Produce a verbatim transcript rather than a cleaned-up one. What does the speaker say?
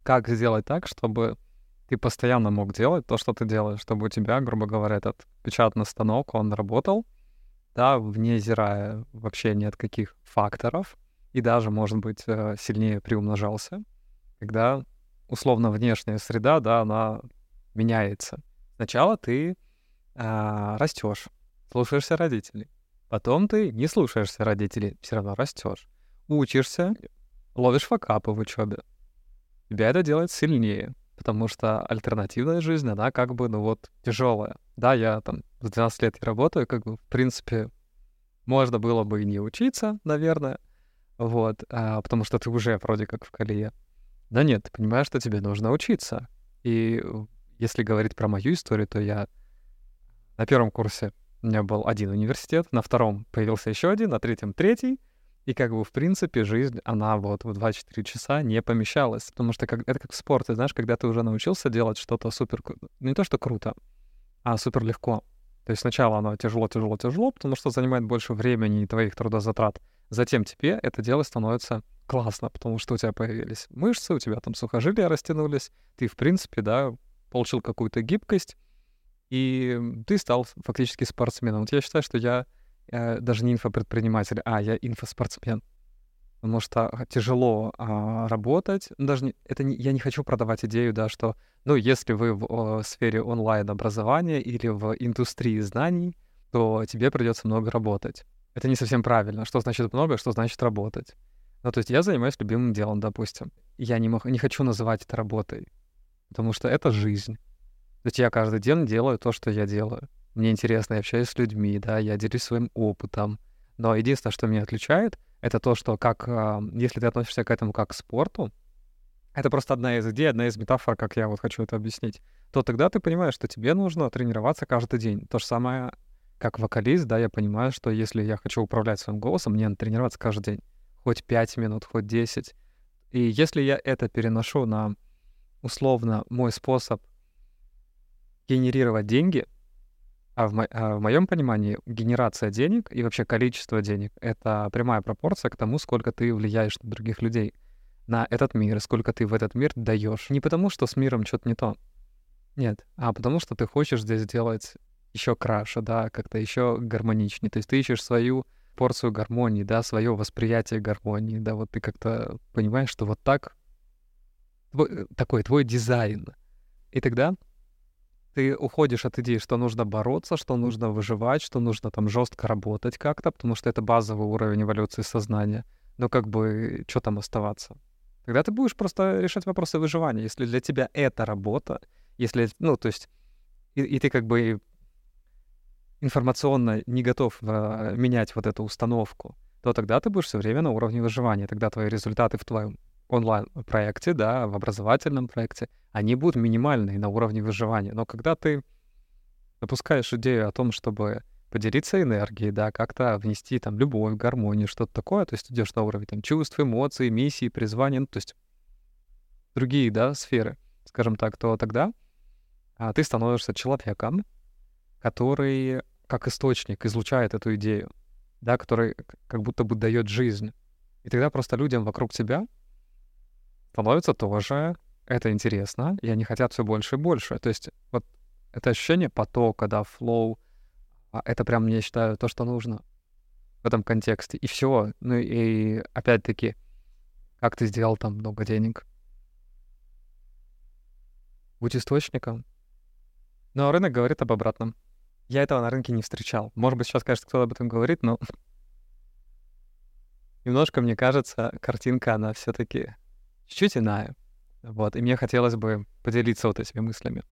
как сделать так, чтобы ты постоянно мог делать то, что ты делаешь, чтобы у тебя, грубо говоря, этот печатный станок, он работал, да, невзирая вообще ни от каких факторов, и даже, может быть, э, сильнее приумножался, когда условно внешняя среда, да, она меняется. Сначала ты а, растешь, слушаешься родителей. Потом ты не слушаешься родителей, все равно растешь. Учишься, ловишь факапы в учебе. Тебя это делает сильнее, потому что альтернативная жизнь, она как бы, ну вот, тяжелая. Да, я там с двенадцати лет я работаю, как бы, в принципе, можно было бы и не учиться, наверное, вот, а, потому что ты уже вроде как в колее. Да нет, ты понимаешь, что тебе нужно учиться. И э, если говорить про мою историю, то я на первом курсе у меня был один университет, на втором появился еще один, на третьем третий. И как бы, в принципе, жизнь, она вот в двадцать четыре часа не помещалась. Потому что как, это как в спорте, знаешь, когда ты уже научился делать что-то супер... кру- ну, не то, что круто, а супер легко. То есть сначала оно тяжело, тяжело, тяжело, потому что занимает больше времени и твоих трудозатрат. Затем тебе это дело становится классно, потому что у тебя появились мышцы, у тебя там сухожилия растянулись, ты, в принципе, да, получил какую-то гибкость, и ты стал фактически спортсменом. Вот я считаю, что я э, даже не инфопредприниматель, а я инфоспортсмен. Потому что а, тяжело а, работать. Ну, даже не, это не, я не хочу продавать идею, да, что, ну, если вы в о, сфере онлайн-образования или в индустрии знаний, то тебе придется много работать. Это не совсем правильно. Что значит много, что значит работать? Ну, то есть я занимаюсь любимым делом, допустим. Я не, мог, не хочу называть это работой, потому что это жизнь. То есть я каждый день делаю то, что я делаю. Мне интересно, я общаюсь с людьми, да, я делюсь своим опытом. Но единственное, что меня отличает, это то, что как, а, если ты относишься к этому как к спорту, это просто одна из идей, одна из метафор, как я вот хочу это объяснить, то тогда ты понимаешь, что тебе нужно тренироваться каждый день. То же самое, как вокалист, да, я понимаю, что если я хочу управлять своим голосом, мне надо тренироваться каждый день. Хоть пять минут, хоть десять. И если я это переношу на, условно, мой способ генерировать деньги, а в, мо- а в моем понимании генерация денег и вообще количество денег — это прямая пропорция к тому, сколько ты влияешь на других людей, на этот мир, и сколько ты в этот мир даешь. Не потому, что с миром что-то не то, нет, а потому что ты хочешь здесь сделать еще краше, да, как-то еще гармоничнее. То есть ты ищешь свою порцию гармонии, да, свое восприятие гармонии, да, вот ты как-то понимаешь, что вот так, твой- э, такой твой дизайн. И тогда ты уходишь от идеи, что нужно бороться, что нужно выживать, что нужно там жестко работать как-то, потому что это базовый уровень эволюции сознания. Но как бы что там оставаться? Тогда ты будешь просто решать вопросы выживания. Если для тебя это работа, если, ну, то есть, и, и ты как бы информационно не готов а, менять вот эту установку, то тогда ты будешь все время на уровне выживания. Тогда твои результаты в твоем онлайн-проекте, да, в образовательном проекте, они будут минимальные на уровне выживания. Но когда ты допускаешь идею о том, чтобы поделиться энергией, да, как-то внести там любовь, гармонию, что-то такое, то есть идешь на уровень там чувств, эмоций, миссии, призвания, ну, то есть другие, да, сферы, скажем так, то тогда а, ты становишься человеком, который как источник излучает эту идею, да, который к- как будто бы дает жизнь. И тогда просто людям вокруг тебя становится тоже это интересно, и они хотят все больше и больше. То есть вот это ощущение потока, да, флоу, а, это прям, я считаю, то, что нужно в этом контексте. И все. Ну и опять-таки, как ты сделал там много денег? Будь источником. Но рынок говорит об обратном. Я этого на рынке не встречал. Может быть, сейчас, конечно, кто-то об этом говорит, но немножко, мне кажется, картинка, она все таки чуть-чуть иная. Вот, и мне хотелось бы поделиться вот этими мыслями.